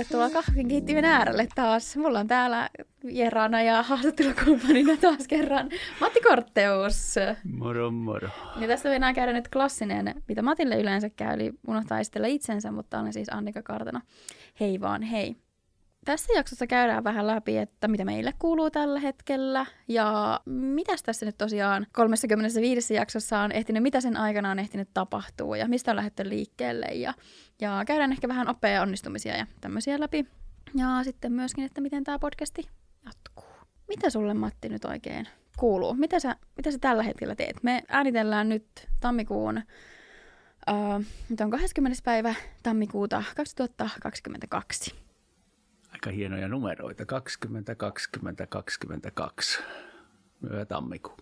tervetuloa kahvinkeittimen äärelle taas. Mulla on täällä vieraana ja haastattelukumppanina taas kerran Matti Kortteus. Moro moro. Ja tästä mennään käydä nyt klassinen, mitä Matille yleensä käy, eli unohtaa esitellä itsensä, mutta olen siis Annika Kartano. Hei vaan hei. Tässä jaksossa käydään vähän läpi, että mitä meille kuuluu tällä hetkellä ja mitäs tässä nyt tosiaan 35 jaksossa on ehtinyt, mitä sen aikana on ehtinyt tapahtua ja mistä on lähdetty liikkeelle ja käydään ehkä vähän oppeja ja onnistumisia ja tämmöisiä läpi. Ja sitten myöskin, että miten tämä podcasti jatkuu. Mitä sulle, Matti, nyt oikein kuuluu? Mitä sä tällä hetkellä teet? Me äänitellään nyt tammikuun, nyt on 20. päivä tammikuuta 2022. Aika hienoja numeroita. 22. Tammikuu.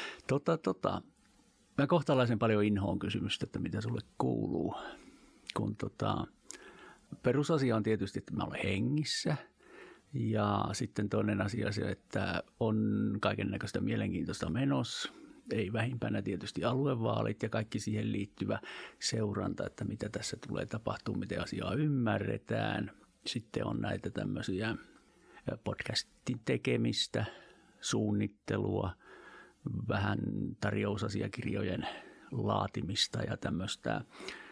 Mä kohtalaisen paljon inhoon kysymystä, että mitä sulle kuuluu. Kun perusasia on tietysti, että mä olen hengissä. Ja sitten toinen asia se, että on kaikennäköistä mielenkiintoista menossa. Ei vähimpänä tietysti aluevaalit ja kaikki siihen liittyvä seuranta, että mitä tässä tulee tapahtuu, miten asiaa ymmärretään. Sitten on näitä tämmöisiä podcastin tekemistä, suunnittelua, vähän tarjousasiakirjojen laatimista ja tämmöistä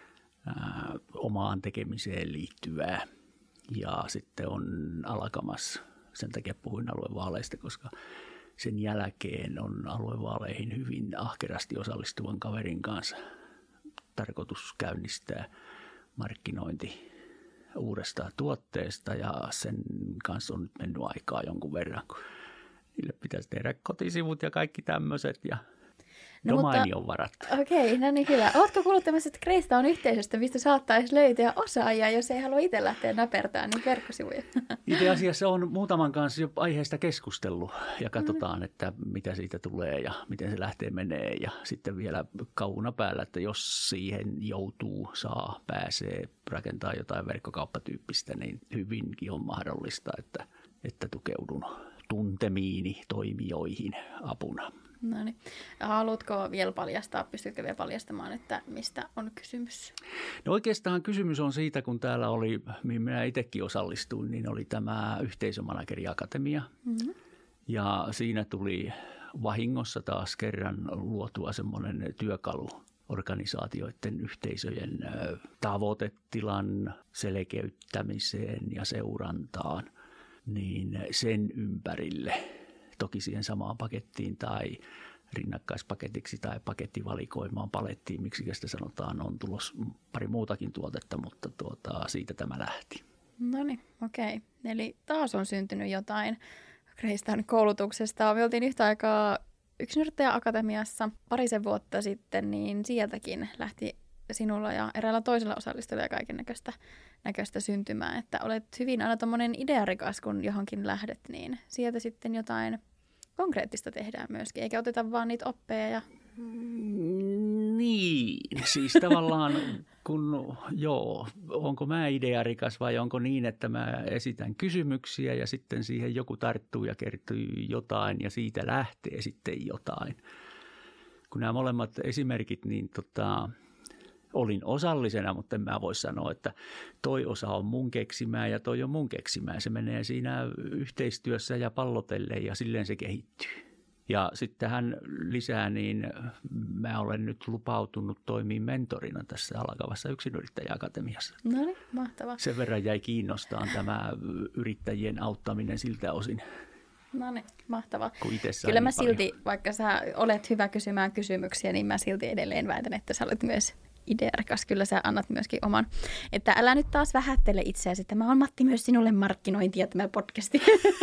omaan tekemiseen liittyvää. Ja sitten on alkamassa, sen takia puhuin aluevaaleista, koska sen jälkeen on aluevaaleihin hyvin ahkerasti osallistuvan kaverin kanssa tarkoitus käynnistää markkinointi uudesta tuotteesta ja sen kanssa on nyt mennyt aikaa jonkun verran, kun niille pitäisi tehdä kotisivut ja kaikki tämmöiset ja domaini on varattu. Okei, no niin hyvä. Oletko kuullut tämmöiset, että Kreista on yhteisöstä, mistä saattaisi löytää osaajia, jos ei halua itse lähteä näpertämään niitä verkkosivuja? Itse asiassa on muutaman kanssa jo aiheesta keskustellut ja katsotaan, että mitä siitä tulee ja miten se lähtee menee. Ja sitten vielä kauna päällä, että jos siihen joutuu, pääsee rakentaa jotain verkkokauppatyyppistä, niin hyvinkin on mahdollista, että tukeudun tuntemiini toimijoihin apuna. No niin. Haluatko vielä paljastaa, pystytkö vielä paljastamaan, että mistä on kysymys? No oikeastaan kysymys on siitä, kun täällä oli, mihin minä itsekin osallistuin, niin oli tämä Yhteisömanageriakatemia. Mm-hmm. Ja siinä tuli vahingossa taas kerran luotua semmoinen työkalu organisaatioiden yhteisöjen tavoitetilan selkeyttämiseen ja seurantaan, niin sen ympärille. Toki siihen samaan pakettiin tai rinnakkaispaketiksi tai pakettivalikoimaan palettiin, miksi sitä sanotaan, on tulossa pari muutakin tuotetta, mutta siitä tämä lähti. No niin, okei. Eli taas on syntynyt jotain Kreistan koulutuksesta. Me oltiin yhtä aikaa Yksinyrittäjäakatemiassa parisen vuotta sitten, niin sieltäkin lähti sinulla ja eräällä toisella osallistujalla kaiken näköistä syntymään, että olet hyvin aina tommoinen idearikas, kun johonkin lähdet, niin sieltä sitten jotain konkreettista tehdään myöskin, eikä oteta vaan niitä oppeja. Niin, siis tavallaan onko mä idearikas vai onko niin, että mä esitän kysymyksiä ja sitten siihen joku tarttuu ja kertoo jotain ja siitä lähtee sitten jotain. Kun nämä molemmat esimerkit, niin olin osallisena, mutta en mä voi sanoa, että toi osa on mun keksimää ja toi on mun keksimää. Se menee siinä yhteistyössä ja pallotellen ja silleen se kehittyy. Ja sitten tähän lisää, niin mä olen nyt lupautunut toimia mentorina tässä alkavassa Yksinyrittäjäakatemiassa. No niin, mahtavaa. Sen verran jäi kiinnostaan tämä yrittäjien auttaminen siltä osin. No niin, mahtavaa. Kyllä mä silti, vaikka sä olet hyvä kysymään kysymyksiä, niin mä silti edelleen väitän, että sä olet myös idearikas. Kyllä sä annat myöskin oman. Että älä nyt taas vähättele itseäsi. Tämä on, Matti, myös sinulle markkinointia tämä podcasti.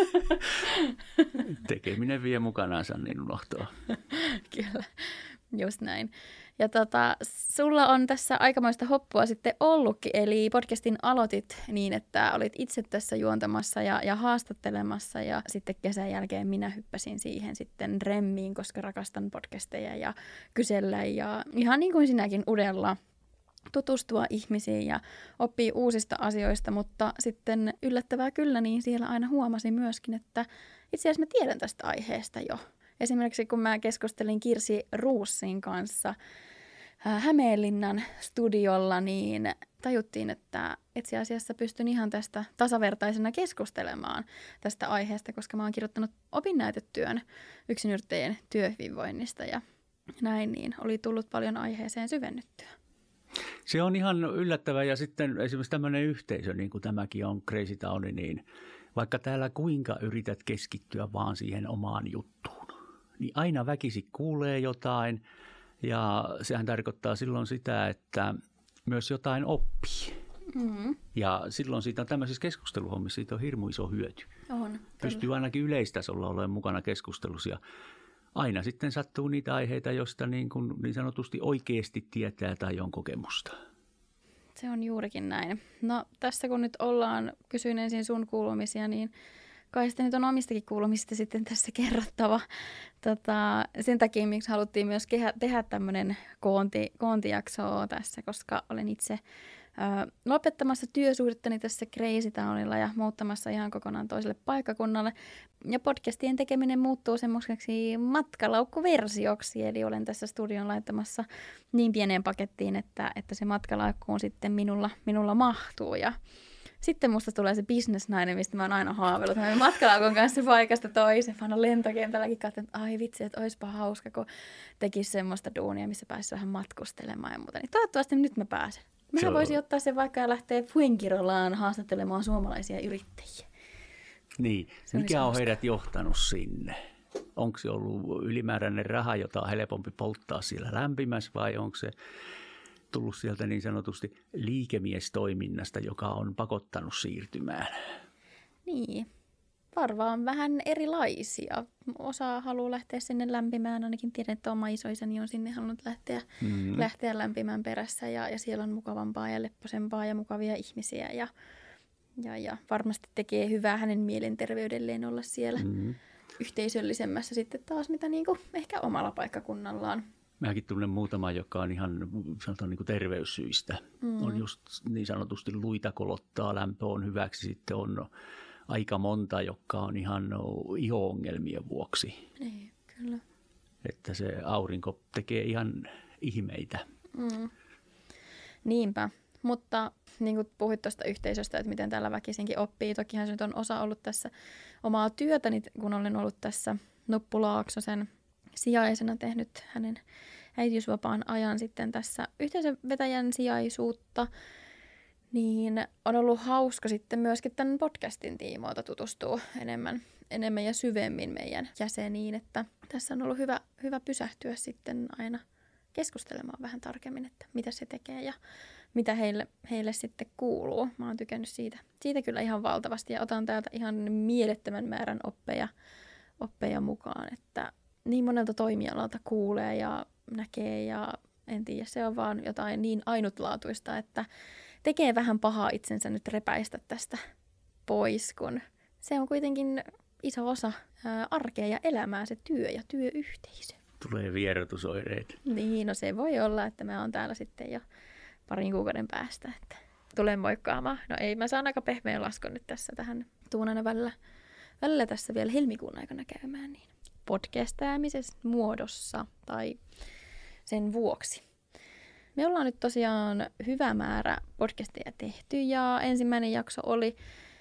Tekeminen vie mukanaansa, niin unohtaa. Kyllä, just näin. Ja sulla on tässä aikamoista hoppua sitten ollutkin, eli podcastin aloitit niin, että olit itse tässä juontamassa ja haastattelemassa ja sitten kesän jälkeen minä hyppäsin siihen sitten remmiin, koska rakastan podcasteja ja kysellä ja ihan niin kuin sinäkin udella tutustua ihmisiin ja oppii uusista asioista, mutta sitten yllättävää kyllä, niin siellä aina huomasin myöskin, että itse asiassa mä tiedän tästä aiheesta jo. Esimerkiksi kun mä keskustelin Kirsi Roossin kanssa Hämeenlinnan studiolla, niin tajuttiin, että itse asiassa pystyn ihan tästä tasavertaisena keskustelemaan tästä aiheesta, koska mä oon kirjoittanut opinnäytetyön yksinyrittäjien työhyvinvoinnista ja näin, niin oli tullut paljon aiheeseen syvennyttyä. Se on ihan yllättävää ja sitten esimerkiksi tämmöinen yhteisö, niin kuin tämäkin on Crazy Town, niin vaikka täällä kuinka yrität keskittyä vaan siihen omaan juttuun, niin aina väkisi kuulee jotain ja sehän tarkoittaa silloin sitä, että myös jotain oppii. Mm-hmm. Ja silloin siitä on tämmöisissä keskusteluhommissa siitä on hirmu iso hyöty. On, pystyy ainakin yleistasolla olemaan mukana keskustelussa ja aina sitten sattuu niitä aiheita, joista niin sanotusti oikeasti tietää tai on kokemusta. Se on juurikin näin. No tässä kun nyt kysyin ensin sun kuulumisia, niin kai sitten nyt on omistakin kuulumista sitten tässä kerrottava. Sen takia, miksi haluttiin myös tehdä tämmöinen koontijakso tässä, koska olen itse lopettamassa työsuhdettani tässä Crazy Townilla ja muuttamassa ihan kokonaan toiselle paikkakunnalle. Ja podcastien tekeminen muuttuu semmoiseksi matkalaukkuversioksi, eli olen tässä studion laittamassa niin pieneen pakettiin, että se matkalaukkuun sitten minulla mahtuu. Ja sitten musta tulee se bisnesnainen, mistä mä oon aina haaveillut. Mä menen matkalaukun kanssa paikasta toiseen. Mä oon lentokentälläkin katsonut, että ai vitsi, että oispa hauska, kun tekisi semmoista duunia, missä pääsisi vähän matkustelemaan ja muuta. Niin toivottavasti nyt mä pääsen. Mä voisin ottaa sen vaikka ja lähteä Fuengirolaan haastattelemaan suomalaisia yrittäjiä. Niin, mikä on heidät johtanut sinne? Onko se ollut ylimääräinen raha, jota on helpompi polttaa siellä lämpimässä vai onko se tullut sieltä niin sanotusti liikemiestoiminnasta, joka on pakottanut siirtymään? Niin, varmaan vähän erilaisia. Osa haluaa lähteä sinne lämpimään, ainakin tiedän, että oma isoisäni on sinne halunnut lähteä lämpimään perässä ja siellä on mukavampaa ja lepposempaa ja mukavia ihmisiä ja varmasti tekee hyvää hänen mielenterveydelleen olla siellä yhteisöllisemmässä sitten taas mitä niinku ehkä omalla paikkakunnallaan. Mäkin tunnen muutama, joka on ihan sanotaan niin kuin terveyssyistä. On just niin sanotusti luita kolottaa, lämpö on hyväksi, sitten on aika monta, jotka on ihan iho-ongelmien vuoksi. Niin, kyllä. Että se aurinko tekee ihan ihmeitä. Niinpä, mutta niin kuin puhuit tuosta yhteisöstä, että miten täällä väkisinkin oppii. Tokihan se nyt on osa ollut tässä omaa työtäni, kun olen ollut tässä Nuppulaaksosen sijaisena tehnyt hänen äitiysvapaan ajan sitten tässä yhteisövetäjän sijaisuutta. Niin on ollut hauska sitten myöskin tämän podcastin tiimoilta tutustua enemmän ja syvemmin meidän jäseniin, että tässä on ollut hyvä pysähtyä sitten aina keskustelemaan vähän tarkemmin, että mitä se tekee ja mitä heille sitten kuuluu. Mä oon tykännyt siitä kyllä ihan valtavasti ja otan täältä ihan mielettömän määrän oppeja mukaan, että niin monelta toimialalta kuulee ja näkee ja en tiedä, se on vaan jotain niin ainutlaatuista, että tekee vähän pahaa itsensä nyt repäistä tästä pois, kun se on kuitenkin iso osa arkea ja elämää, se työ ja työyhteisö. Tulee vierotusoireet. Niin, no se voi olla, että mä oon täällä sitten jo parin kuukauden päästä, että tulen moikkaamaan. No ei, mä saan aika pehmeän laskun nyt tässä tähän. Tuun aina välillä tässä vielä helmikuun aikana käymään niin podcastaamisessa muodossa tai sen vuoksi. Me ollaan nyt tosiaan hyvä määrä podcasteja tehty ja ensimmäinen jakso oli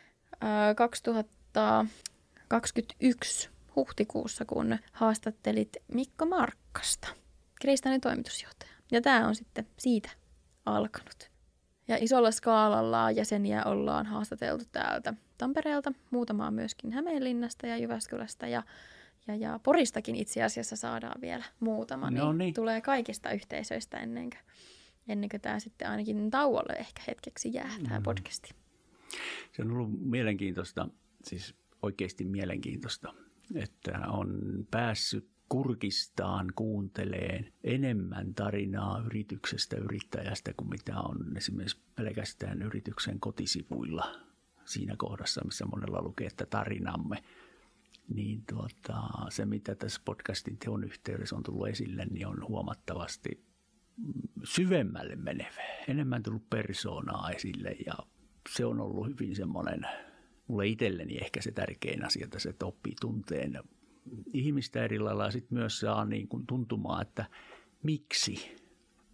2021 huhtikuussa, kun haastattelit Mikko Markkasta, Crazy Townin toimitusjohtaja. Ja tämä on sitten siitä alkanut. Ja isolla skaalalla jäseniä ollaan haastateltu täältä Tampereelta, muutamaa myöskin Hämeenlinnasta ja Jyväskylästä ja Poristakin itse asiassa saadaan vielä muutama. Niin tulee kaikista yhteisöistä ennen kuin tämä sitten ainakin tauolle ehkä hetkeksi jää tämä podcasti. Se on ollut mielenkiintoista, siis oikeasti mielenkiintoista, että on päässyt kurkistaan kuunteleen enemmän tarinaa yrityksestä, yrittäjästä kuin mitä on esimerkiksi pelkästään yrityksen kotisivuilla siinä kohdassa, missä monella lukee, että tarinamme. Niin se, mitä tässä podcastin teon yhteydessä on tullut esille, niin on huomattavasti syvemmälle menevää. Enemmän tullut persoonaa esille ja se on ollut hyvin semmoinen, mulle itselleni ehkä se tärkein asia tässä, että oppii tunteen ihmistä eri lailla ja sitten myös saa niin kuin tuntumaan, että miksi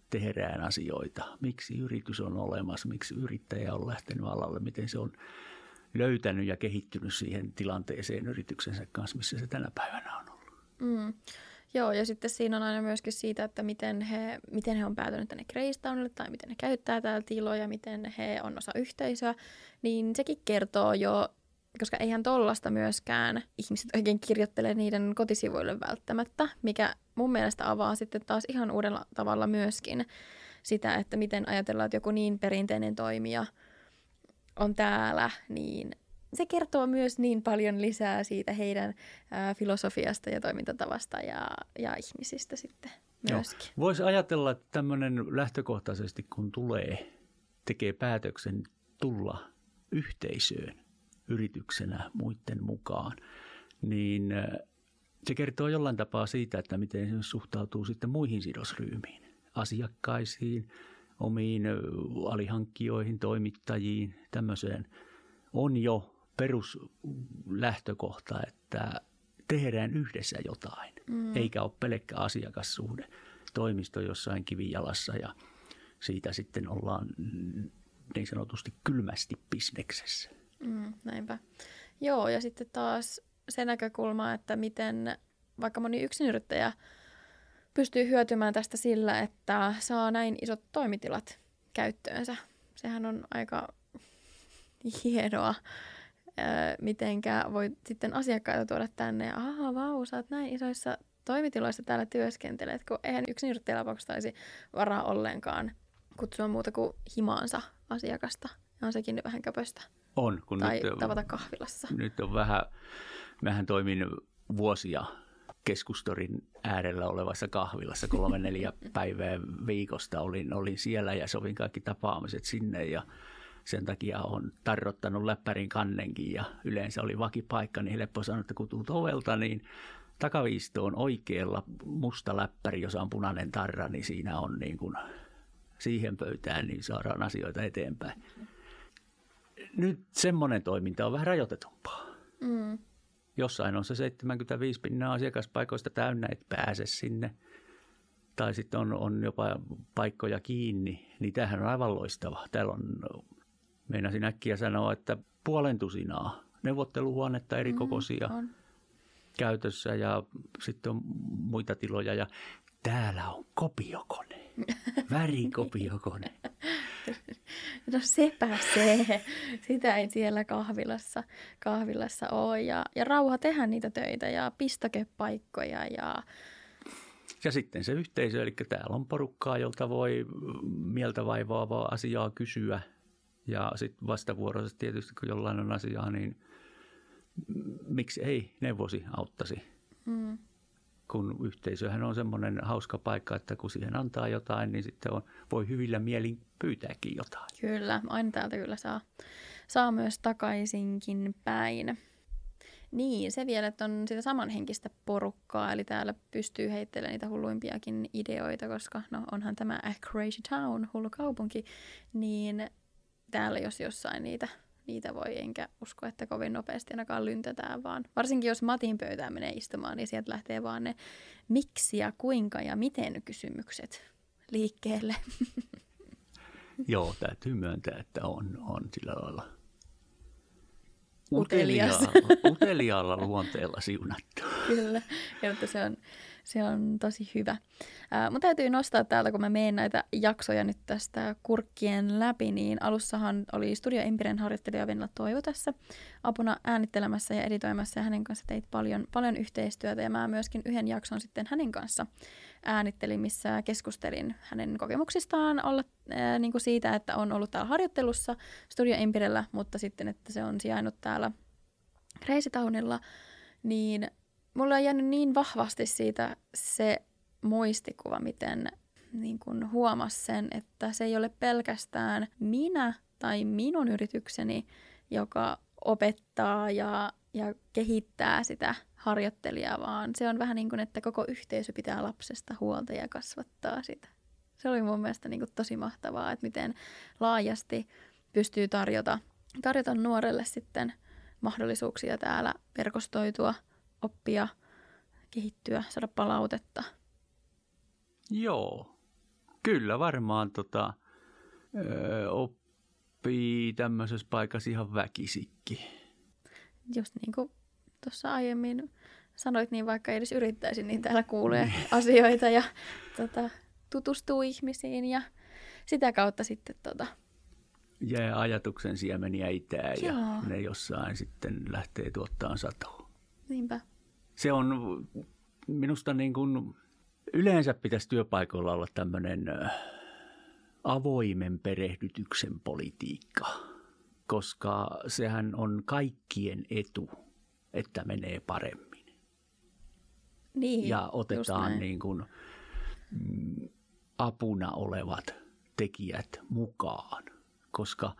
tehdään asioita, miksi yritys on olemassa, miksi yrittäjä on lähtenyt alalle, miten se on löytänyt ja kehittynyt siihen tilanteeseen yrityksensä kanssa, missä se tänä päivänä on ollut. Joo, ja sitten siinä on aina myöskin siitä, että miten he on päätynyt tänne Gracetownille tai miten he käyttää täällä tiloja, miten he on osa yhteisöä, niin sekin kertoo jo, koska eihän tollasta myöskään ihmiset oikein kirjoittele niiden kotisivuille välttämättä, mikä mun mielestä avaa sitten taas ihan uudella tavalla myöskin sitä, että miten ajatellaan, että joku niin perinteinen toimija on täällä, niin se kertoo myös niin paljon lisää siitä heidän filosofiasta ja toimintatavasta ja ihmisistä sitten myöskin. Voisi ajatella, että tämmöinen lähtökohtaisesti, kun tekee päätöksen tulla yhteisöön yrityksenä muiden mukaan, niin se kertoo jollain tapaa siitä, että miten se suhtautuu sitten muihin sidosryhmiin, asiakkaisiin, omiin alihankkijoihin, toimittajiin, tämmöiseen. On jo peruslähtökohta, että tehdään yhdessä jotain, eikä ole pelkkä asiakassuhde. Toimisto jossain kivijalassa ja siitä sitten ollaan niin sanotusti kylmästi bisneksessä. Näinpä. Joo, ja sitten taas se näkökulma, että miten vaikka moni yksinyrittäjä pystyy hyötymään tästä sillä, että saa näin isot toimitilat käyttöönsä. Sehän on aika hienoa, mitenkä voi sitten asiakkaita tuoda tänne ja vau, sä oot näin isoissa toimitiloissa täällä työskentelet, kun eihän yksinyrittäjällä taisi varaa ollenkaan kutsua muuta kuin himaansa asiakasta. Ja on sekin vähän käpöstä. On. Tai tavata kahvilassa. Nyt on vähän toimin vuosia Keskustorin äärellä olevassa kahvilassa 3-4 päivää viikosta. Olin siellä ja sovin kaikki tapaamiset sinne ja sen takia olen tarrottanut läppärin kannenkin ja yleensä oli vakipaikka, niin helppo sanoa, että kun tulet ovelta, niin takaviistoon oikealla musta läppäri, jossa on punainen tarra, niin siinä on niin kuin siihen pöytään, niin saadaan asioita eteenpäin. Nyt semmoinen toiminta on vähän rajoitetumpaa. Jossain on se 75% asiakaspaikoista täynnä, et pääse sinne. Tai sitten on jopa paikkoja kiinni, niin tämähän on aivan loistava. Täällä on, meinasin äkkiä sanoa, että 500 neuvotteluhuonetta eri kokoisia käytössä ja sitten on muita tiloja. Ja täällä on kopiokone, värikopiokone. No sepä se. Sitä ei siellä kahvilassa ole. Ja rauha tehdä niitä töitä ja pistokepaikkoja. Ja sitten se yhteisö, eli täällä on porukkaa, jolta voi mieltä vaivaavaa asiaa kysyä. Ja sitten vastavuoroisesti tietysti, kun jollain on asiaa, niin miksi ei neuvosi auttaisi? Kun yhteisöhän on semmoinen hauska paikka, että kun siihen antaa jotain, niin sitten voi hyvillä mielin pyytääkin jotain. Kyllä, aina täältä kyllä saa myös takaisinkin päin. Niin, se vielä, että on sitä samanhenkistä porukkaa, eli täällä pystyy heittelemään niitä hulluimpiakin ideoita, koska no onhan tämä A Crazy Town, hullu kaupunki, niin täällä jos jossain niitä voi, enkä usko, että kovin nopeasti ainakaan lyntätään, vaan varsinkin jos Matin pöytään menee istumaan, niin sieltä lähtee vaan ne miksi ja kuinka ja miten kysymykset liikkeelle. Joo, täytyy myöntää, että on sillä lailla uteliaalla luonteella siunattu. Kyllä, ja että se on tosi hyvä. Mun täytyy nostaa täältä, kun mä menen näitä jaksoja nyt tästä kurkkien läpi, niin alussahan oli Studio Empiren harjoittelija Venla Toivo tässä apuna äänittelemässä ja editoimassa, ja hänen kanssa teit paljon yhteistyötä, ja mä myöskin yhden jakson sitten hänen kanssa äänittelin, missä keskustelin hänen kokemuksistaan olla niin kuin siitä, että on ollut täällä harjoittelussa Studio Empirellä, mutta sitten, että se on sijainnut täällä Gracetownilla, niin mulla on jäänyt niin vahvasti siitä se muistikuva, miten niin kun huomasi sen, että se ei ole pelkästään minä tai minun yritykseni, joka opettaa ja kehittää sitä harjoittelijaa, vaan se on vähän niin kuin, että koko yhteisö pitää lapsesta huolta ja kasvattaa sitä. Se oli mun mielestä niin kuin tosi mahtavaa, että miten laajasti pystyy tarjota nuorelle sitten mahdollisuuksia täällä verkostoitua, oppia, kehittyä, saada palautetta. Joo. Kyllä varmaan oppii tämmöisessä paikassa ihan väkisikki. Just niin kuin tuossa aiemmin sanoit, niin vaikka ei edes yrittäisi, niin täällä kuulee asioita ja tutustuu ihmisiin ja sitä kautta sitten jää ajatuksen siemeniä itään ja ne jossain sitten lähtee tuottamaan satoa. Niinpä. Se on minusta niin kuin, yleensä pitäisi työpaikoilla olla tämmöinen avoimen perehdytyksen politiikka, koska sehän on kaikkien etu, että menee paremmin. Niin, ja otetaan niin kuin, apuna olevat tekijät mukaan, koska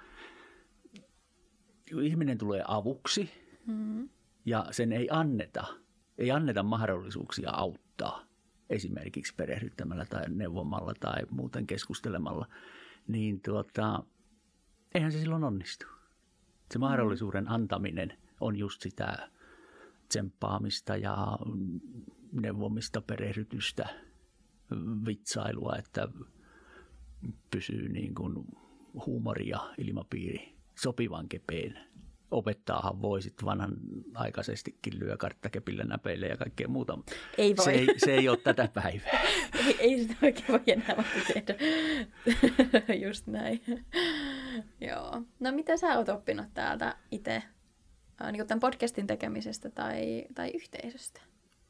ihminen tulee avuksi ja sen ei anneta mahdollisuuksia auttaa esimerkiksi perehdyttämällä tai neuvomalla tai muuten keskustelemalla, niin eihän se silloin onnistu. Se mahdollisuuden antaminen on just sitä tsemppaamista ja neuvomista, perehdytystä, vitsailua, että pysyy niin kuin huumori ja ilmapiiri sopivan kepeen. Opettaahan voi sitten vanhanaikaisestikin lyö karttakepillä näpeille ja kaikkea muuta. Ei voi. Se ei ole tätä päivää. ei sitä oikein voi enää tehdä. Just näin. Joo. No mitä sä oot oppinut täältä itse niin tämän podcastin tekemisestä tai yhteisöstä?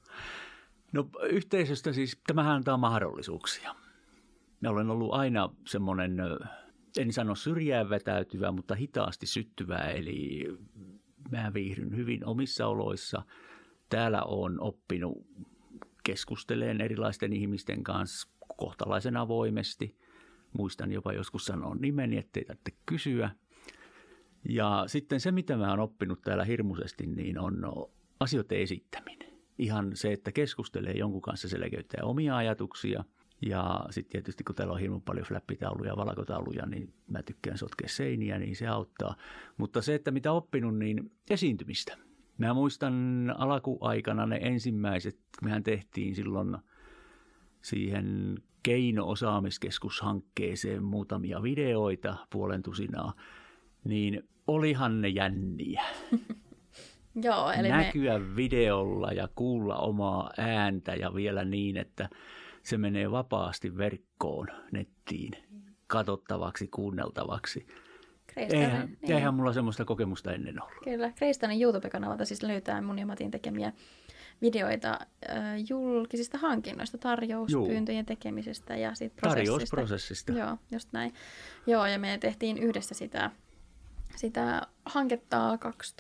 No yhteisöstä siis, tämähän antaa mahdollisuuksia. Mä olen ollut aina semmoinen, en sano syrjään vetäytyvä, mutta hitaasti syttyvä, eli mä viihdyn hyvin omissa oloissa. Täällä olen oppinut keskustelemaan erilaisten ihmisten kanssa kohtalaisen avoimesti. Muistan jopa joskus sanoa nimeni, ettei tarvitse kysyä. Ja sitten se, mitä mä oon oppinut täällä hirmuisesti, niin on asioiden esittäminen. Ihan se, että keskustelee jonkun kanssa, selkeyttää omia ajatuksia. Ja sitten tietysti, kun täällä on hirveän paljon flappitauluja ja valkotauluja, niin mä tykkään sotkea seiniä, niin se auttaa. Mutta se, että mitä oppinut, niin esiintymistä. Mä muistan alkuaikana ne ensimmäiset, mehän tehtiin silloin siihen Keino-osaamiskeskushankkeeseen muutamia videoita, 50, niin olihan ne jänniä. Joo, eli näkyä videolla ja kuulla omaa ääntä ja vielä niin, että se menee vapaasti verkkoon, nettiin, katsottavaksi, kuunneltavaksi. Eihän mulla semmoista kokemusta ennen ollut. Kyllä, Kreistanin YouTube-kanavalta siis löytää mun ja Matin tekemiä videoita julkisista hankinnoista, tarjouspyyntöjen tekemisestä ja siitä prosessista. Tarjousprosessista. Joo, just näin. Joo, ja me tehtiin yhdessä sitä hanketta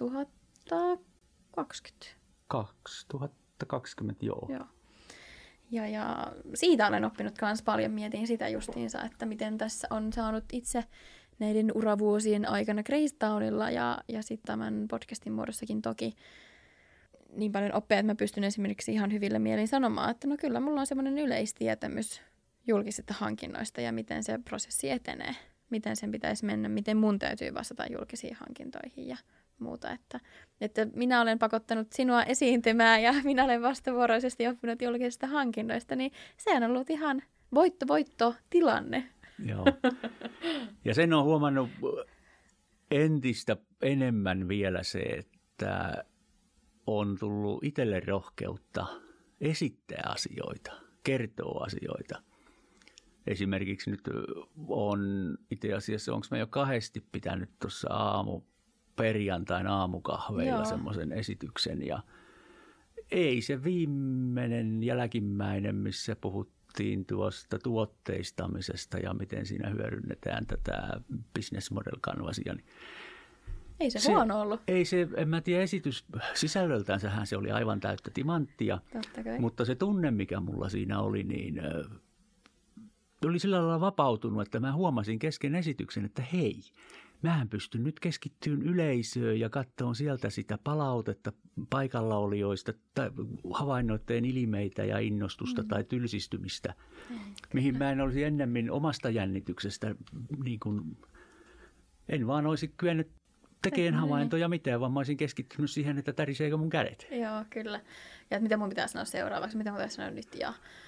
2020. 2020, joo. Ja siitä olen oppinut myös paljon. Mietin sitä justiinsa, että miten tässä on saanut itse näiden uravuosien aikana Gracetownilla ja sitten tämän podcastin muodossakin toki niin paljon oppia, että mä pystyn esimerkiksi ihan hyville mielin sanomaan, että no kyllä mulla on semmoinen yleistietämys julkisista hankinnoista ja miten se prosessi etenee. Miten sen pitäisi mennä, miten mun täytyy vastata julkisiin hankintoihin ja muuta. Että minä olen pakottanut sinua esiintymään ja minä olen vastavuoroisesti oppinut julkisista hankinnoista, niin sehän on ollut ihan voitto-tilanne. Joo. Ja sen on huomannut entistä enemmän vielä se, että on tullut itselle rohkeutta esittää asioita, kertoa asioita. Esimerkiksi nyt on itse asiassa, onko mä jo 2 pitänyt tuossa perjantain aamukahveilla semmoisen esityksen. Ja ei se viimeinen jälkimmäinen, missä puhuttiin tuosta tuotteistamisesta ja miten siinä hyödynnetään tätä business model canvasia. Niin ei se huono ollut. Ei se, en mä tiedä, esitys sisällöltäänsähän se oli aivan täyttä timanttia. Mutta se tunne, mikä mulla siinä oli, niin oli sillä lailla vapautunut, että mä huomasin kesken esityksen, että hei, mähän pystyn nyt keskittymään yleisöön ja katsomaan sieltä sitä palautetta paikallaolijoista, tai havainnoitteen ilmeitä ja innostusta tai tylsistymistä, mihin mä en olisi ennemmin omasta jännityksestä, niin kuin, en vaan olisi kyennyt tekemään havaintoja mitään, vaan mä olisin keskittynyt siihen, että täriseekö mun kädet. Joo, kyllä. Ja että mitä mun pitää sanoa seuraavaksi, mitä mun pitää sanoa nyt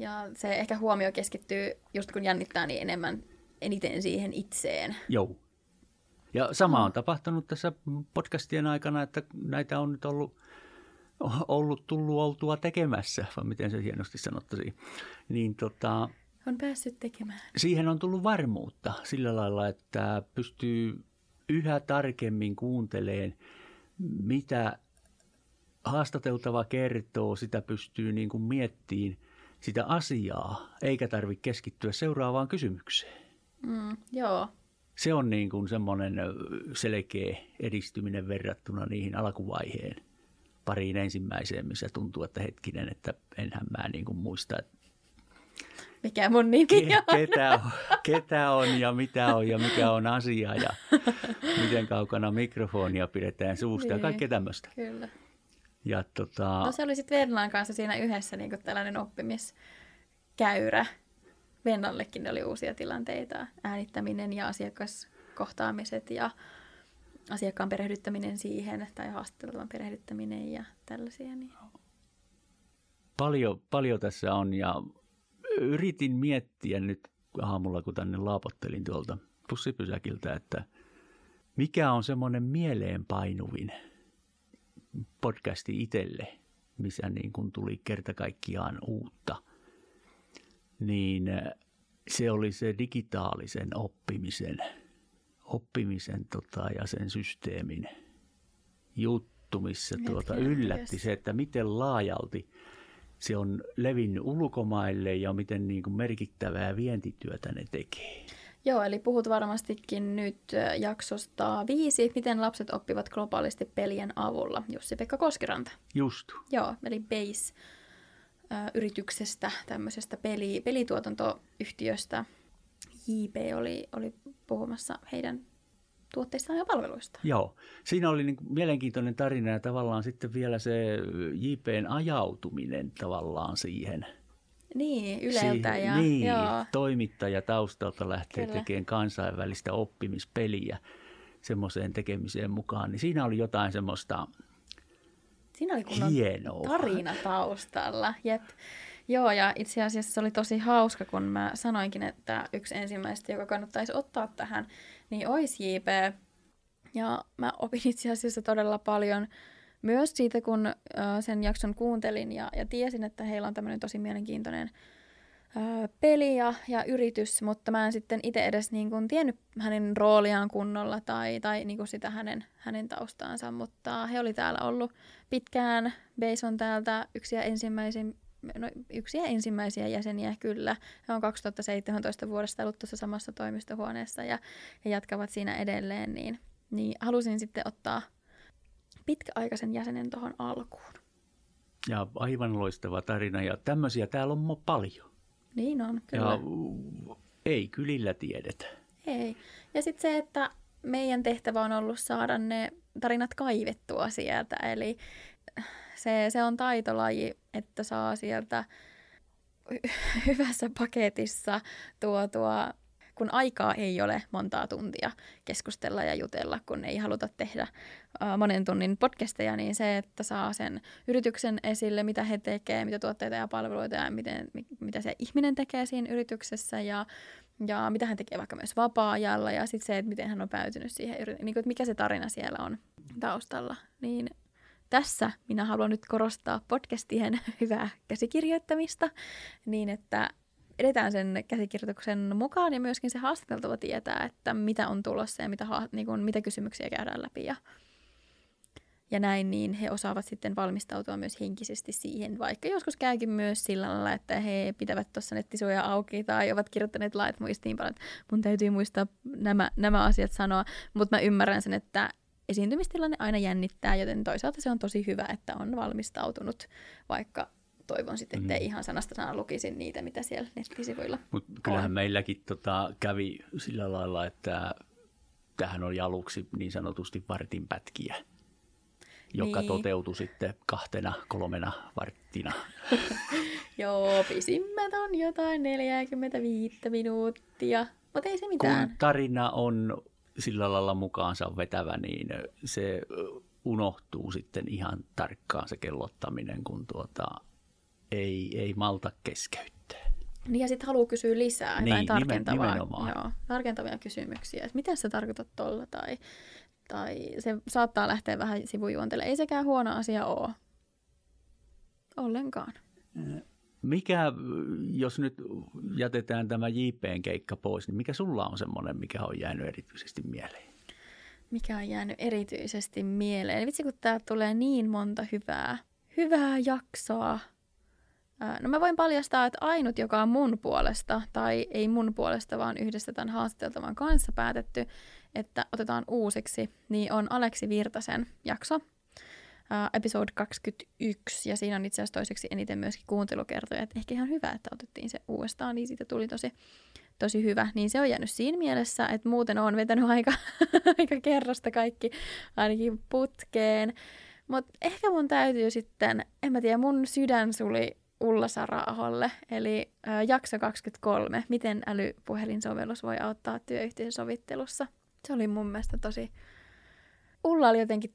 Ja se ehkä huomio keskittyy, just kun jännittää, niin eniten siihen itseen. Joo. Ja sama on tapahtunut tässä podcastien aikana, että näitä on nyt tullut oltua tekemässä, vai miten se hienosti sanottaisiin. Niin on päässyt tekemään. Siihen on tullut varmuutta sillä lailla, että pystyy yhä tarkemmin kuuntelemaan, mitä haastateltava kertoo, sitä pystyy niin kuin miettimään sitä asiaa, eikä tarvitse keskittyä seuraavaan kysymykseen. Joo. Se on niin kuin semmoinen selkeä edistyminen verrattuna niihin alkuvaiheen pariin ensimmäiseen, missä tuntuu, että hetkinen, että enhän mä niin kuin muista, että mikä mun nimi on. Ketä on ja mitä on ja mikä on asia ja miten kaukana mikrofonia pidetään suusta ja kaikkea tämmöistä. Kyllä. Ja No se oli sitten Venlan kanssa siinä yhdessä niin kuin tällainen oppimiskäyrä. Vennallekin oli uusia tilanteita, äänittäminen ja asiakaskohtaamiset ja asiakkaan perehdyttäminen siihen tai haastattelutavan perehdyttäminen ja tällaisia. Niin. Paljon tässä on ja yritin miettiä nyt aamulla, kun tänne laapottelin tuolta bussipysäkiltä, että mikä on semmoinen mieleenpainuvin podcasti itselle, missä niin kuin tuli kerta kaikkiaan uutta. Niin se oli se digitaalisen oppimisen ja sen systeemin juttu, missä yllätti se, että miten laajalti se on levinnyt ulkomaille ja miten niin kuin merkittävää vientityötä ne tekee. Joo, eli puhut varmastikin nyt jaksosta 5, miten lapset oppivat globaalisti pelien avulla, Jussi-Pekka Koskiranta. Just. Joo, eli Base-yrityksestä, tämmöisestä pelituotantoyhtiöstä. JP oli puhumassa heidän tuotteistaan ja palveluistaan. Joo, siinä oli niin kuin mielenkiintoinen tarina ja tavallaan sitten vielä se JP:n ajautuminen tavallaan siihen. Niin, Yleltä. Toimittaja taustalta lähtee tekemään kansainvälistä oppimispeliä semmoiseen tekemiseen mukaan. Niin siinä oli jotain semmoista siinä oli kunnon hienoa tarina taustalla. Jep. Joo, ja itse asiassa se oli tosi hauska, kun mä sanoinkin, että yksi ensimmäistä, joka kannattaisi ottaa tähän, niin olisi JP. Ja mä opin itse asiassa todella paljon myös siitä, kun sen jakson kuuntelin ja tiesin, että heillä on tämmöinen tosi mielenkiintoinen peli ja yritys, mutta mä en sitten itse edes niin kuin tiennyt hänen rooliaan kunnolla tai niin kuin sitä hänen taustaansa, mutta he oli täällä ollut pitkään. Base on täältä yksiä ensimmäisiä jäseniä kyllä. He on 2017 vuodesta ollut tuossa samassa toimistohuoneessa ja he jatkavat siinä edelleen, niin halusin sitten ottaa pitkäaikaisen jäsenen tuohon alkuun. Ja aivan loistava tarina ja tämmöisiä täällä on paljon. Niin on, kyllä. Ja ei kylillä tiedetä. Ei. Ja sitten se, että meidän tehtävä on ollut saada ne tarinat kaivettua sieltä. Eli se on taitolaji, että saa sieltä hyvässä paketissa kun aikaa ei ole montaa tuntia keskustella ja jutella, kun ei haluta tehdä monen tunnin podcasteja, niin se, että saa sen yrityksen esille, mitä he tekevät, mitä tuotteita ja palveluita ja mitä se ihminen tekee siinä yrityksessä ja mitä hän tekee vaikka myös vapaa-ajalla ja sitten se, että miten hän on päätynyt siihen, niin kuin, että mikä se tarina siellä on taustalla, niin tässä minä haluan nyt korostaa podcastien hyvää käsikirjoittamista niin, että edetään sen käsikirjoituksen mukaan ja myöskin se haastateltava tietää, että mitä on tulossa ja mitä kysymyksiä käydään läpi ja näin, niin he osaavat sitten valmistautua myös henkisesti siihen, vaikka joskus käykin myös sillä lailla, että he pitävät tuossa nettisivuja auki tai ovat kirjoittaneet lait muistiinpanoon, että mun täytyy muistaa nämä asiat sanoa, mutta mä ymmärrän sen, että esiintymistilanne aina jännittää, joten toisaalta se on tosi hyvä, että on valmistautunut, vaikka toivon sitten, että ihan sanasta sanaa lukisin niitä, mitä siellä nettisivuilla Mutta kyllähän meilläkin kävi sillä lailla, että tähän oli aluksi niin sanotusti vartin pätkiä, joka toteutui sitten 2-3 varttina. Joo, pisimmät on jotain 45 minuuttia, mutta ei se mitään. Kun tarina on sillä lailla mukaansa vetävä, niin se unohtuu sitten ihan tarkkaan se kellottaminen, kun ei malta keskeyttää. Niin ja sitten haluaa kysyä lisää jotain nimenomaan. tarkentavia kysymyksiä. Että miten sä tarkoitat tuolla tai se saattaa lähteä vähän sivujuontelle. Ei sekään huono asia ole. Ollenkaan. Mikä, jos nyt jätetään tämä JP:n keikka pois, niin mikä sulla on semmoinen, mikä on jäänyt erityisesti mieleen? Mikä on jäänyt erityisesti mieleen? Vitsi, kun tää tulee niin monta hyvää jaksoa. No mä voin paljastaa, että ainut, joka on mun puolesta, tai ei mun puolesta, vaan yhdessä tämän haastateltavan kanssa päätetty, että otetaan uusiksi, niin on Aleksi Virtasen jakso, episode 21, ja siinä on itse asiassa toiseksi eniten myöskin kuuntelukertoja, että ehkä ihan hyvä, että otettiin se uudestaan, niin siitä tuli tosi hyvä. Niin se on jäänyt siinä mielessä, että muuten on vetänyt aika kerrasta kaikki ainakin putkeen. Mutta ehkä mun täytyy sitten, en mä tiedä, mun sydän suli Ulla Sara-aholle, eli jakso 23, miten älypuhelinsovellus voi auttaa työyhteisösovittelussa. Se oli mun mielestä tosi... Ulla oli jotenkin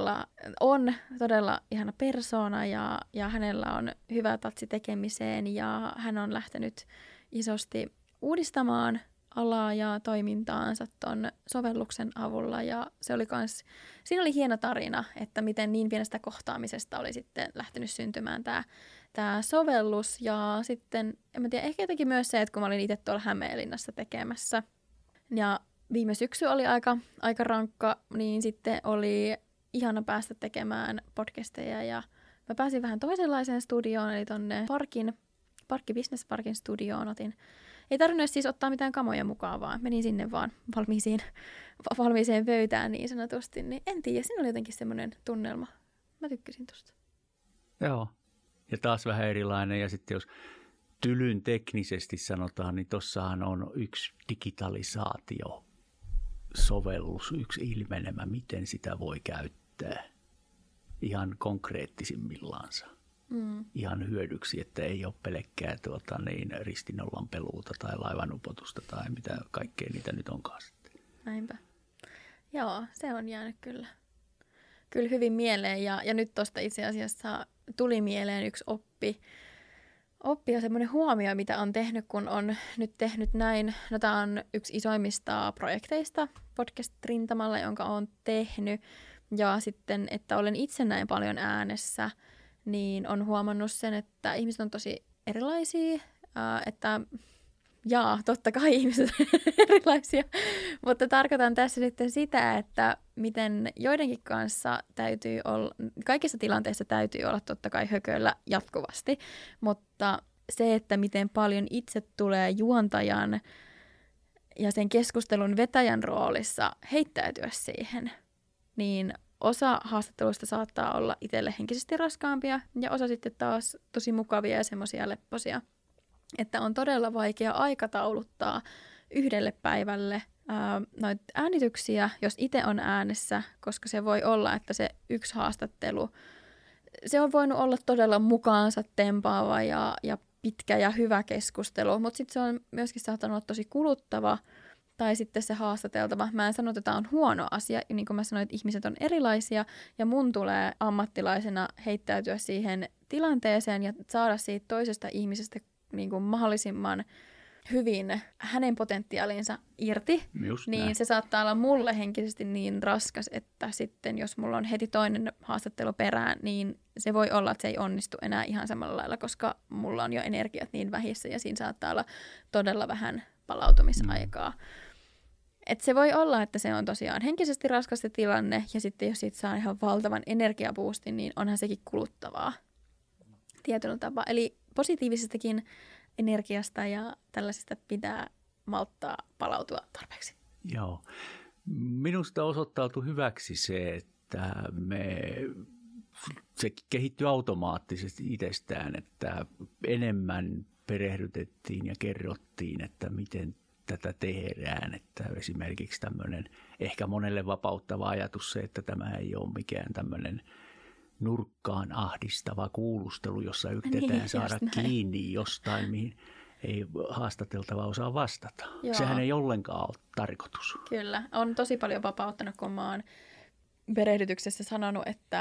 todella ihana persoona ja hänellä on hyvä tatsi tekemiseen ja hän on lähtenyt isosti uudistamaan alaa ja toimintaansa ton sovelluksen avulla ja siinä oli hieno tarina, että miten niin pienestä kohtaamisesta oli sitten lähtenyt syntymään tämä sovellus ja sitten, en mä tiedä, ehkä jotenkin myös se, että kun mä olin itse tuolla Hämeenlinnassa tekemässä ja viime syksy oli aika rankka, niin sitten oli ihana päästä tekemään podcasteja ja mä pääsin vähän toisenlaiseen studioon, eli tonne Business Parkin studioon ei tarvinnut siis ottaa mitään kamoja mukaan, vaan menin sinne vaan valmiiseen pöytään niin sanotusti, niin en tiedä, siinä oli jotenkin semmoinen tunnelma. Mä tykkäsin tosta. Joo, ja taas vähän erilainen ja sitten jos tylyn teknisesti sanotaan, niin tossahan on yksi digitalisaatio sovellus, yksi ilmenemä, miten sitä voi käyttää ihan konkreettisimmillansa. Ihan hyödyksi, että ei ole pelkkää ristinollan peluuta tai laivanupotusta tai mitä kaikkea niitä nyt onkaan sitten. Näinpä. Joo, se on jäänyt kyllä hyvin mieleen ja nyt tuosta itse asiassa tuli mieleen yksi oppi ja semmoinen huomio, mitä on tehnyt, kun on nyt tehnyt näin. No tämä on yksi isoimmista projekteista podcast-rintamalla, jonka olen tehnyt. Ja sitten, että olen itse näin paljon äänessä, niin on huomannut sen, että ihmiset on tosi erilaisia, totta kai ihmiset on erilaisia, mutta tarkoitan tässä sitten sitä, että miten joidenkin kanssa täytyy olla, kaikissa tilanteissa täytyy olla totta kai hököllä jatkuvasti, mutta se, että miten paljon itse tulee juontajan ja sen keskustelun vetäjän roolissa heittäytyä siihen, niin osa haastatteluista saattaa olla itselle henkisesti raskaampia ja osa sitten taas tosi mukavia ja semmoisia lepposia. Että on todella vaikea aikatauluttaa yhdelle päivälle noita äänityksiä, jos itse on äänessä, koska se voi olla, että se yksi haastattelu, se on voinut olla todella mukaansa tempaava ja pitkä ja hyvä keskustelu, mutta sitten se on myöskin saattanut olla tosi kuluttava tai sitten se haastateltava. Mä en sano, että tämä on huono asia, niin kuin mä sanoin, että ihmiset on erilaisia ja mun tulee ammattilaisena heittäytyä siihen tilanteeseen ja saada siitä toisesta ihmisestä niin kuin mahdollisimman hyvin hänen potentiaalinsa irti, niin se saattaa olla mulle henkisesti niin raskas, että sitten jos mulla on heti toinen haastattelu perään, niin se voi olla, että se ei onnistu enää ihan samalla lailla, koska mulla on jo energiat niin vähissä ja siinä saattaa olla todella vähän palautumisaikaa. Et se voi olla, että se on tosiaan henkisesti raskas se tilanne ja sitten jos siitä saa ihan valtavan energiaboostin, niin onhan sekin kuluttavaa tietyllä tapaa. Eli positiivisestakin energiasta ja tällaisesta pitää malttaa palautua tarpeeksi. Joo. Minusta osoittautui hyväksi se, että se kehittyy automaattisesti itsestään, että enemmän perehdytettiin ja kerrottiin, että miten tätä tehdään. Että esimerkiksi tämmöinen ehkä monelle vapauttava ajatus se, että tämä ei ole mikään tämmöinen nurkkaan ahdistava kuulustelu, jossa yritetään saada kiinni jostain, mihin ei haastateltava osaa vastata. Joo. Sehän ei ollenkaan ole tarkoitus. Kyllä. On tosi paljon vapauttanut, kun mä oon perehdytyksessä sanonut, että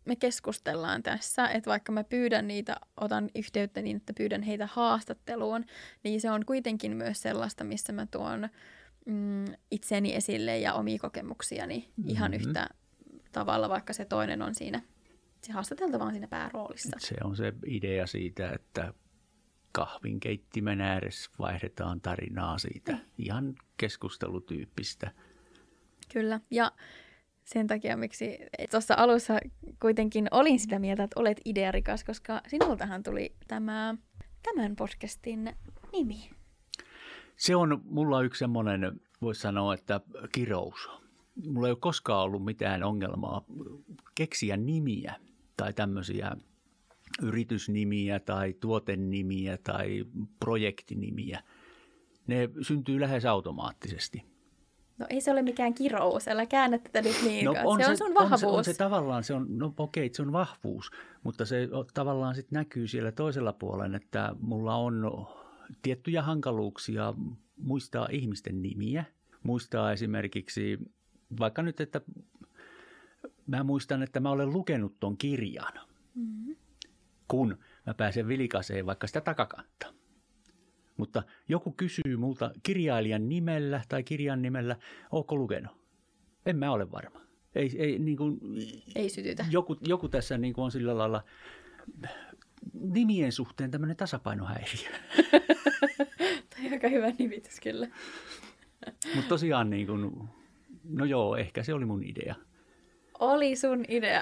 me keskustellaan tässä, että vaikka mä pyydän niitä, otan yhteyttä niin, että pyydän heitä haastatteluun, niin se on kuitenkin myös sellaista, missä mä tuon itseni esille ja omia kokemuksiani ihan yhtä tavalla, vaikka se toinen on siinä, se haastateltava on siinä pääroolissa. Se on se idea siitä, että kahvinkeittimen ääressä vaihdetaan tarinaa siitä ihan keskustelutyyppistä. Kyllä, ja sen takia, miksi tuossa alussa kuitenkin olin sitä mieltä, että olet idearikas, koska sinultahan tuli tämän podcastin nimi. Se on mulla yksi semmoinen, voisi sanoa, että kirous. Mulla ei ole koskaan ollut mitään ongelmaa keksiä nimiä tai tämmöisiä yritysnimiä tai tuotennimiä tai projektinimiä. Ne syntyy lähes automaattisesti. No ei se ole mikään kirous, älä käännä tätä nyt niinkaan. No se on sun vahvuus. On se tavallaan, se on vahvuus, mutta se tavallaan sitten näkyy siellä toisella puolella, että mulla on tiettyjä hankaluuksia muistaa ihmisten nimiä. Muistaa esimerkiksi, vaikka nyt, että mä muistan, että mä olen lukenut ton kirjan, kun mä pääsen vilikaseen vaikka sitä takakantta. Mutta joku kysyy multa kirjailijan nimellä tai kirjan nimellä, ootko lukenut? En mä ole varma. Ei sytytä. Joku tässä niin kuin on sillä lailla nimien suhteen tämmöinen tasapainohäiriö. Tämä on aika hyvä nimitys kyllä. Mutta tosiaan, niin kuin, no joo, ehkä se oli mun idea. Oli sun idea.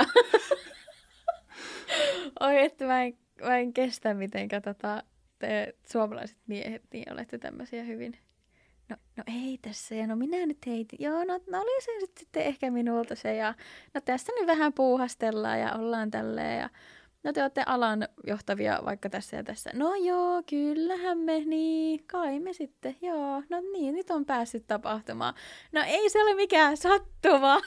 Oi, että mä en kestä mitenkä te suomalaiset miehet, niin olette tämmöisiä hyvin. No ei tässä, ja no minä nyt heitin. Joo, no oli se sitten ehkä minulta se, ja no tässä nyt vähän puuhastellaan ja ollaan tälleen, ja no te olette alan johtavia vaikka tässä ja tässä. No joo, kyllähän me, niin kai me sitten, joo, no niin, nyt on päässyt tapahtumaan. No ei se ole mikään sattuma.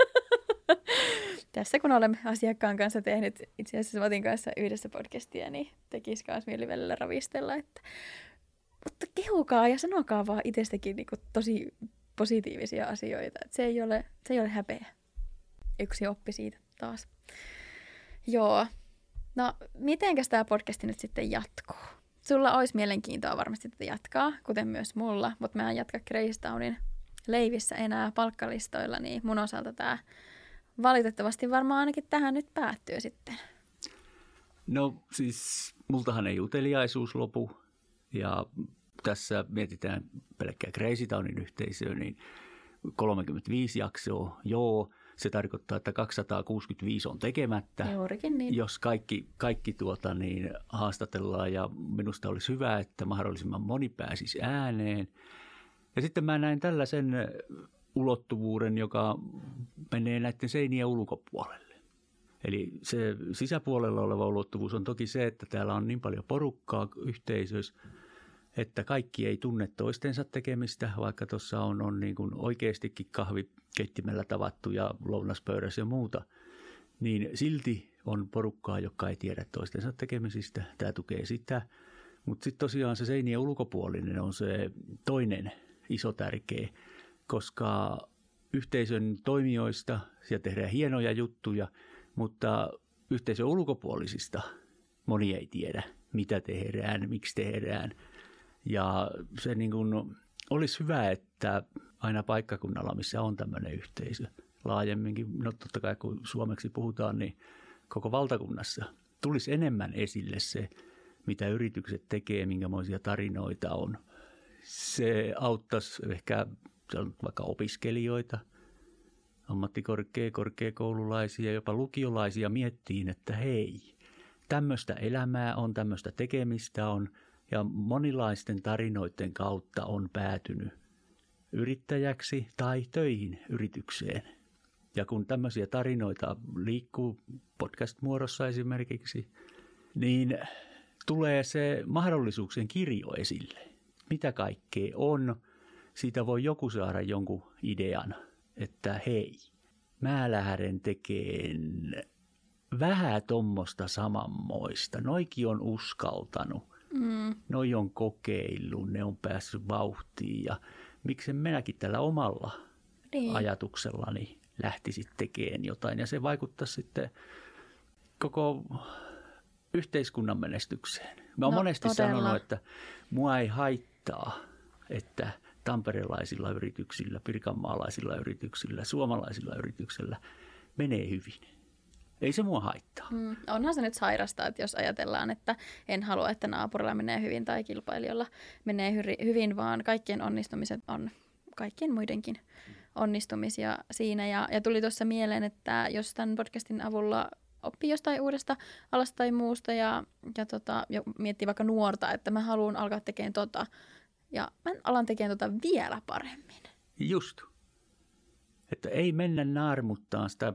Tässä kun olemme asiakkaan kanssa tehnyt, itse asiassa Matin kanssa yhdessä podcastia, niin tekisi myös mieli välillä ravistella. Mutta kehukaa ja sanokaa vaan itsestäkin niin tosi positiivisia asioita. Se ei ole häpeä. Yksi oppi siitä taas. Joo. No, mitenkäs tämä podcasti nyt sitten jatkuu? Sulla olisi mielenkiintoa varmasti tätä jatkaa, kuten myös mulla, mutta mä en jatka Crazy Townin leivissä enää palkkalistoilla, niin mun osalta tämä valitettavasti varmaan ainakin tähän nyt päättyy sitten. No siis multahan ei uteliaisuus lopu ja tässä mietitään pelkkää Crazy Townin yhteisöä, niin 35 jaksoa, joo. Se tarkoittaa, että 265 on tekemättä. Juurikin niin. Jos kaikki niin haastatellaan ja minusta olisi hyvä, että mahdollisimman moni pääsisi ääneen. Ja sitten mä näen tällaisen ulottuvuuden, joka menee näiden seinien ulkopuolelle. Eli se sisäpuolella oleva ulottuvuus on toki se, että täällä on niin paljon porukkaa yhteisössä, että kaikki ei tunne toistensa tekemistä, vaikka tuossa on niin kuin oikeastikin kahvikeittimellä tavattu ja lounaspöydässä ja muuta, niin silti on porukkaa, joka ei tiedä toistensa tekemisistä. Tämä tukee sitä, mutta sitten tosiaan se seinien ulkopuolinen on se toinen iso tärkeä, koska yhteisön toimijoista siellä tehdään hienoja juttuja, mutta yhteisön ulkopuolisista moni ei tiedä, mitä tehdään, miksi tehdään. Ja se niin kuin olisi hyvä, että aina paikkakunnalla, missä on tämmöinen yhteisö, laajemminkin, no totta kai kun suomeksi puhutaan, niin koko valtakunnassa tulisi enemmän esille se, mitä yritykset tekee, minkämoisia tarinoita on. Se auttaisi ehkä vaikka opiskelijoita, korkeakoululaisia, jopa lukiolaisia miettiin, että hei, tämmöistä elämää on, tämmöistä tekemistä on. Ja monilaisten tarinoiden kautta on päätynyt yrittäjäksi tai töihin yritykseen. Ja kun tämmöisiä tarinoita liikkuu podcast-muodossa esimerkiksi, niin tulee se mahdollisuuksien kirjo esille. Mitä kaikkea on? Siitä voi joku saada jonkun idean, että hei, mä lähden tekemään vähän tommosta samanmoista. Noikin on uskaltanut. Noi on kokeillut, ne on päässyt vauhtiin ja miksen minäkin tällä omalla ajatuksellani lähtisit tekemään jotain. Ja se vaikuttaa sitten koko yhteiskunnan menestykseen. Mä oon monesti todella sanonut, että mua ei haittaa, että tamperelaisilla yrityksillä, pirkanmaalaisilla yrityksillä, suomalaisilla yrityksillä menee hyvin. Ei se mua haittaa. Onhan se nyt sairasta, että jos ajatellaan, että en halua, että naapurilla menee hyvin tai kilpailijalla menee hyvin, vaan kaikkien onnistumiset on kaikkien muidenkin onnistumisia siinä. Ja tuli tuossa mieleen, että jos tämän podcastin avulla oppii jostain uudesta alasta tai muusta ja miettii vaikka nuorta, että mä haluan alkaa tekemään ja mä alan tekemään vielä paremmin. Just. Että ei mennä naarmuttaan sitä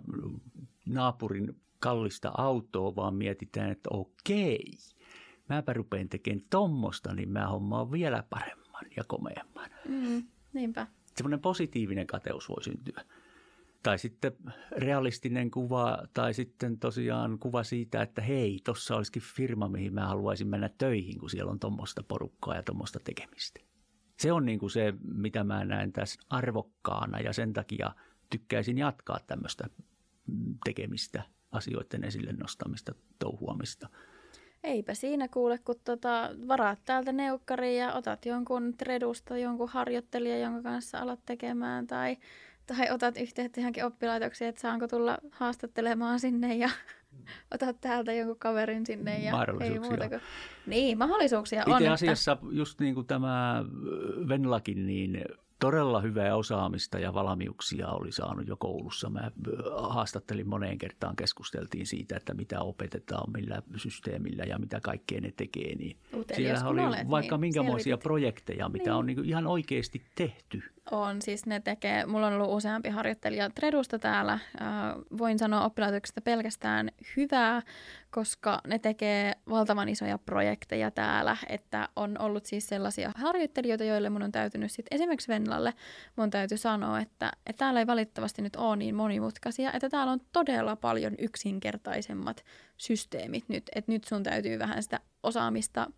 naapurin kallista autoa, vaan mietitään, että okei, mäpä rupean tekemään tommosta, niin mä hommaan vielä paremman ja komeamman. Niinpä. Semmoinen positiivinen kateus voi syntyä. Tai sitten realistinen kuva, tai sitten tosiaan kuva siitä, että hei, tossa olisikin firma, mihin mä haluaisin mennä töihin, kun siellä on tommoista porukkaa ja tommoista tekemistä. Se on niin kuin se, mitä mä näen tässä arvokkaana ja sen takia tykkäisin jatkaa tämmöistä tekemistä, asioiden esille nostamista, touhuamista. Eipä siinä kuule, kun varaat täältä neukkariin ja otat jonkun tredusta, jonkun harjoittelija, jonka kanssa alat tekemään tai otat yhteyttä johonkin oppilaitoksiin, että saanko tulla haastattelemaan sinne ja otat täältä jonkun kaverin sinne ja ei muuta kuin. Niin, mahdollisuuksia on. Itse asiassa just niin kuin tämä Venlakin, niin todella hyvää osaamista ja valmiuksia oli saanut jo koulussa. Mä haastattelin moneen kertaan, keskusteltiin siitä, että mitä opetetaan, millä systeemillä ja mitä kaikkea ne tekee. Niin siellä oli vaikka minkämoisia projekteja, mitä on niin kuin ihan oikeasti tehty. On, siis ne tekee, mulla on ollut useampi harjoittelija Tredusta täällä. Voin sanoa oppilaitoksesta pelkästään hyvää, koska ne tekee valtavan isoja projekteja täällä, että on ollut siis sellaisia harjoittelijoita, joille mun on täytynyt sitten esimerkiksi Venlalle, mun täytyy sanoa, että täällä ei valitettavasti nyt ole niin monimutkaisia, että täällä on todella paljon yksinkertaisemmat systeemit nyt, että nyt sun täytyy vähän sitä osaamista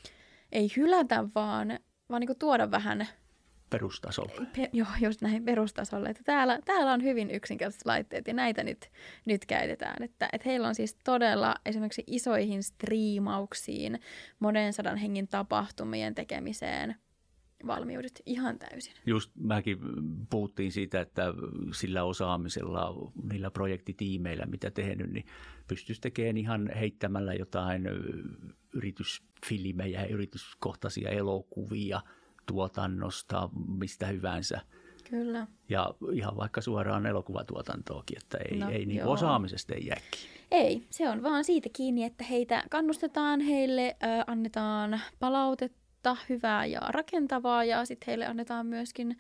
ei hylätä, vaan niin kuin tuoda vähän perustasolle. Joo, just näin perustasolle. Että täällä on hyvin yksinkertaiset laitteet ja näitä nyt käytetään. Että heillä on siis todella esimerkiksi isoihin striimauksiin, monen sadan hengen tapahtumien tekemiseen valmiudet ihan täysin. Just mäkin puhuttiin siitä, että sillä osaamisella, niillä projektitiimeillä, mitä tehnyt, niin pystyisi tekemään ihan heittämällä jotain yritysfilmejä, yrityskohtaisia elokuvia, tuotannosta, mistä hyvänsä. Kyllä. Ja ihan vaikka suoraan elokuvatuotantoakin, että ei niin osaamisesta ei jää kiinni. Ei, se on vaan siitä kiinni, että heitä kannustetaan, heille annetaan palautetta, hyvää ja rakentavaa, ja sitten heille annetaan myöskin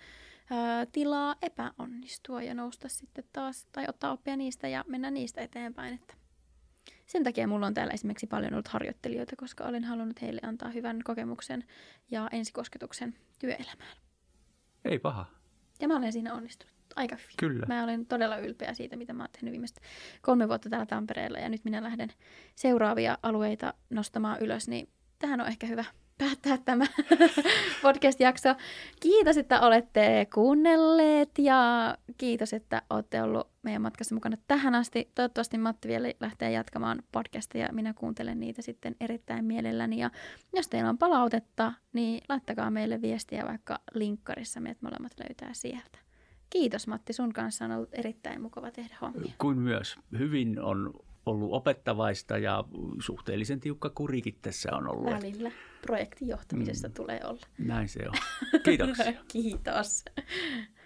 tilaa epäonnistua ja nousta sitten taas, tai ottaa oppia niistä ja mennä niistä eteenpäin. Että sen takia mulla on täällä esimerkiksi paljon ollut harjoittelijoita, koska olen halunnut heille antaa hyvän kokemuksen ja ensikosketuksen työelämään. Ei paha. Ja mä olen siinä onnistunut aika hyvin. Kyllä. Mä olen todella ylpeä siitä, mitä mä oon tehnyt viimeistä 3 vuotta täällä Tampereella, ja nyt minä lähden seuraavia alueita nostamaan ylös, niin tähän on ehkä hyvä päättää tämä podcast-jakso. Kiitos, että olette kuunnelleet ja kiitos, että olette ollut meidän matkassa mukana tähän asti. Toivottavasti Matti vielä lähtee jatkamaan podcastia ja minä kuuntelen niitä sitten erittäin mielelläni. Ja jos teillä on palautetta, niin laittakaa meille viestiä vaikka linkkarissa, meidät molemmat löytää sieltä. Kiitos Matti, sun kanssa on ollut erittäin mukava tehdä hommia. Kuin myös. Hyvin on ollut opettavaista ja suhteellisen tiukka kurikin tässä on ollut. Välillä projektin johtamisessa tulee olla. Näin se on. Kiitoksia. Kiitos.